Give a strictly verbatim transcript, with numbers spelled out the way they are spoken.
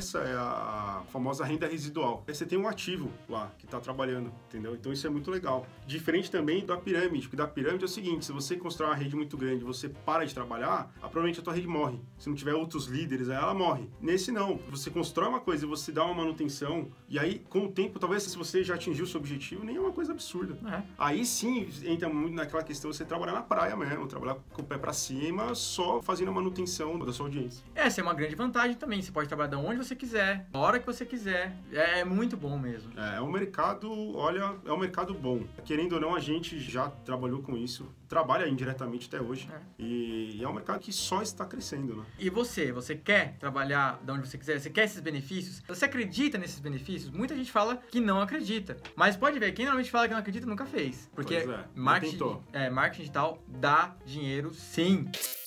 essa é a famosa renda residual. Aí você tem um ativo lá que está trabalhando, entendeu? Então isso é muito legal. Diferente também da pirâmide, porque da pirâmide é o seguinte, se você constrói uma rede muito grande e você para de trabalhar, provavelmente a tua rede morre. Se não tiver outros líderes, aí ela morre. Nesse não, você constrói uma coisa e você dá uma manutenção, e aí com o tempo, talvez se você já atingiu o seu objetivo, nem é uma coisa absurda. É. Aí sim, entra muito naquela questão de você trabalhar na praia mesmo, trabalhar com o pé pra cima, só fazendo a manutenção da sua audiência. Essa é uma grande vantagem também, você pode trabalhar de onde você quiser, na hora que você quiser, é muito bom mesmo. É, é um mercado, olha, é um mercado bom. Querendo ou não, a gente já trabalhou com isso, trabalha indiretamente até hoje, é. E, e é um mercado que só está crescendo, né? E você, você quer trabalhar de onde você quiser, você quer esses benefícios? Você acredita nesses benefícios? Muita gente fala que não acredita, mas pode ver, quem normalmente fala que não acredita nunca fez, porque pois é, marketing, é, marketing digital dá dinheiro sim.